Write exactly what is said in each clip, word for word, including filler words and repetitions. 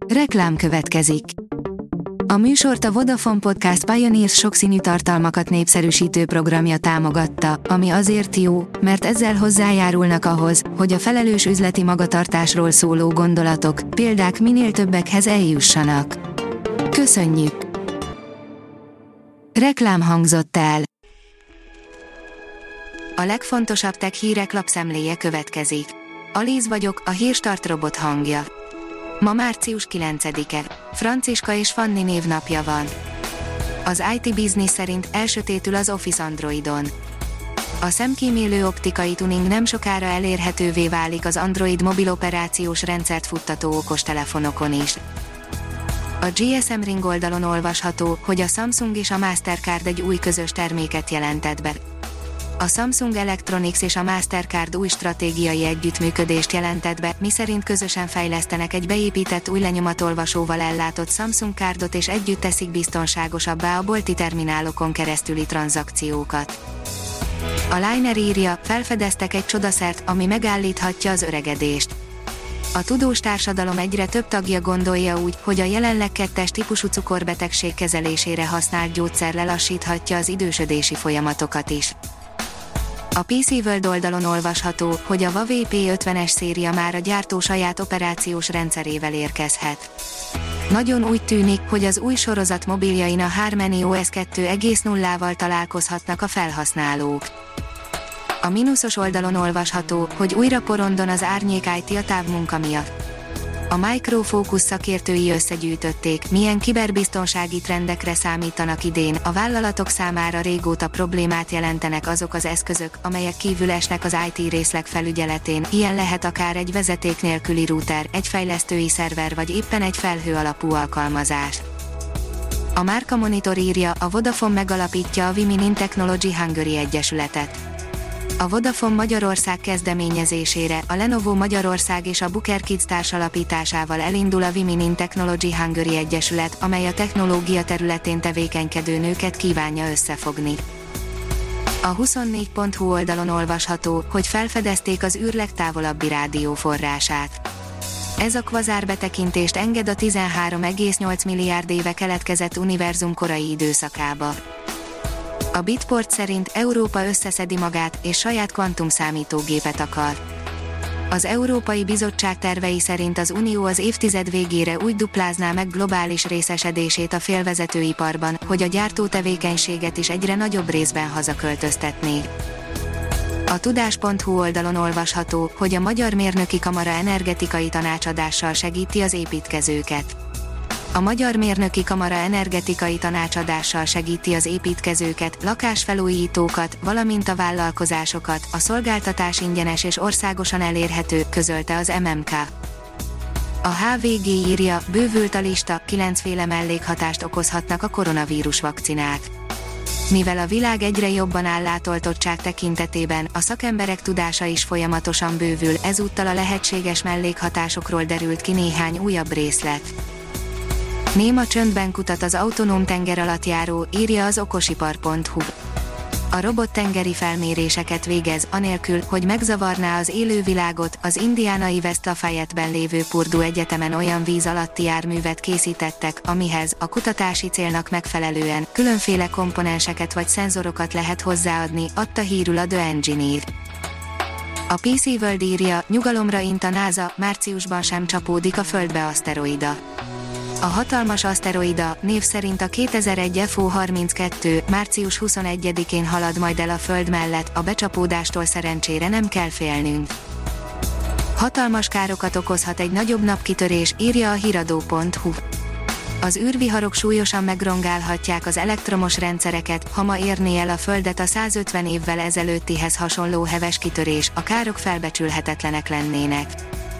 Reklám következik. A műsort a Vodafone Podcast Pioneers sokszínű tartalmakat népszerűsítő programja támogatta, ami azért jó, mert ezzel hozzájárulnak ahhoz, hogy a felelős üzleti magatartásról szóló gondolatok, példák minél többekhez eljussanak. Köszönjük! Reklám hangzott el. A legfontosabb tech hírek lapszemléje következik. Alíz vagyok, a Hírstart robot hangja. Ma március kilencedike, Franciska és Fanni névnapja van. Az i té Business szerint elsötétül az Office Androidon. A szemkímélő optikai tuning nem sokára elérhetővé válik az Android mobil operációs rendszert futtató okostelefonokon is. A gé es em Ring oldalon olvasható, hogy a Samsung és a Mastercard egy új közös terméket jelentett be. A Samsung Electronics és a Mastercard új stratégiai együttműködést jelentett be, miszerint közösen fejlesztenek egy beépített új lenyomatolvasóval ellátott Samsung Cardot és együtt teszik biztonságosabbá a bolti terminálokon keresztüli tranzakciókat. A Liner írja, felfedeztek egy csodaszert, ami megállíthatja az öregedést. A tudós társadalom egyre több tagja gondolja úgy, hogy a jelenleg kettes típusú cukorbetegség kezelésére használt gyógyszer lelassíthatja az idősödési folyamatokat is. A pé cé World oldalon olvasható, hogy a Huawei P ötvenes széria már a gyártó saját operációs rendszerével érkezhet. Nagyon úgy tűnik, hogy az új sorozat mobiljain a Harmony o es kettő egész nullával találkozhatnak a felhasználók. A mínuszos oldalon olvasható, hogy újra porondon az árnyék i té a távmunka miatt. A Micro Focus szakértői összegyűjtötték, milyen kiberbiztonsági trendekre számítanak idén. A vállalatok számára régóta problémát jelentenek azok az eszközök, amelyek kívül esnek az i té részleg felügyeletén. Ilyen lehet akár egy vezeték nélküli router, egy fejlesztői szerver vagy éppen egy felhő alapú alkalmazás. A Márka Monitor írja, a Vodafone megalapítja a Women in Technology Hungary Egyesületet. A Vodafone Magyarország kezdeményezésére, a Lenovo Magyarország és a Booker Kids társalapításával elindul a Women in Technology Hungary Egyesület, amely a technológia területén tevékenykedő nőket kívánja összefogni. A huszonnégy pont hu oldalon olvasható, hogy felfedezték az űr legtávolabbi rádióforrását. Ez a kvazárbetekintést enged a tizenhárom egész nyolc milliárd éve keletkezett univerzum korai időszakába. A Bitport szerint Európa összeszedi magát, és saját kvantumszámítógépet akar. Az Európai Bizottság tervei szerint az Unió az évtized végére úgy duplázná meg globális részesedését a félvezetőiparban, hogy a gyártó tevékenységet is egyre nagyobb részben hazaköltöztetné. A tudás pont hu oldalon olvasható, hogy a Magyar Mérnöki Kamara energetikai tanácsadással segíti az építkezőket. A Magyar Mérnöki Kamara energetikai tanácsadással segíti az építkezőket, lakásfelújítókat, valamint a vállalkozásokat, a szolgáltatás ingyenes és országosan elérhető, közölte az em em ká. A há vé gé írja, bővült a lista, kilencféle mellékhatást okozhatnak a koronavírus vakcinák. Mivel a világ egyre jobban áll látoltottság tekintetében, a szakemberek tudása is folyamatosan bővül, ezúttal a lehetséges mellékhatásokról derült ki néhány újabb részlet. Néma csöndben kutat az autonóm tengeralattjáró, írja az okosipar pont hu. A robot tengeri felméréseket végez, anélkül, hogy megzavarná az élővilágot. Az indiánai West Lafayette-ben lévő Purdue Egyetemen olyan víz alatti járművet készítettek, amihez, a kutatási célnak megfelelően, különféle komponenseket vagy szenzorokat lehet hozzáadni, adta hírül a The Engineer. A pé cé World írja, nyugalomra int a NASA, márciusban sem csapódik a Földbe aszteroida. A hatalmas aszteroida, név szerint a kétezer-egy ef o harminckettő, március huszonegyedikén halad majd el a Föld mellett, a becsapódástól szerencsére nem kell félnünk. Hatalmas károkat okozhat egy nagyobb napkitörés, írja a hiradó pont hu. Az űrviharok súlyosan megrongálhatják az elektromos rendszereket, ha ma érné el a Földet a százötven évvel ezelőttihez hasonló heves kitörés, a károk felbecsülhetetlenek lennének.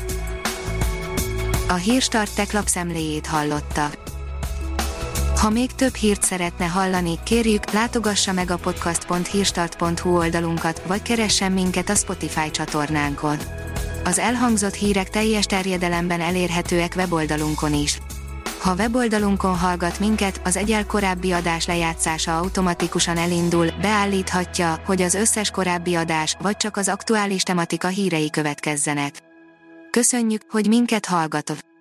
A Hírstart Tech lapszemléjét hallotta. Ha még több hírt szeretne hallani, kérjük, látogassa meg a podcast pont hírstart pont hu oldalunkat, vagy keressen minket a Spotify csatornánkon. Az elhangzott hírek teljes terjedelemben elérhetőek weboldalunkon is. Ha weboldalunkon hallgat minket, az egyel korábbi adás lejátszása automatikusan elindul, beállíthatja, hogy az összes korábbi adás, vagy csak az aktuális tematika hírei következzenek. Köszönjük, hogy minket hallgatott!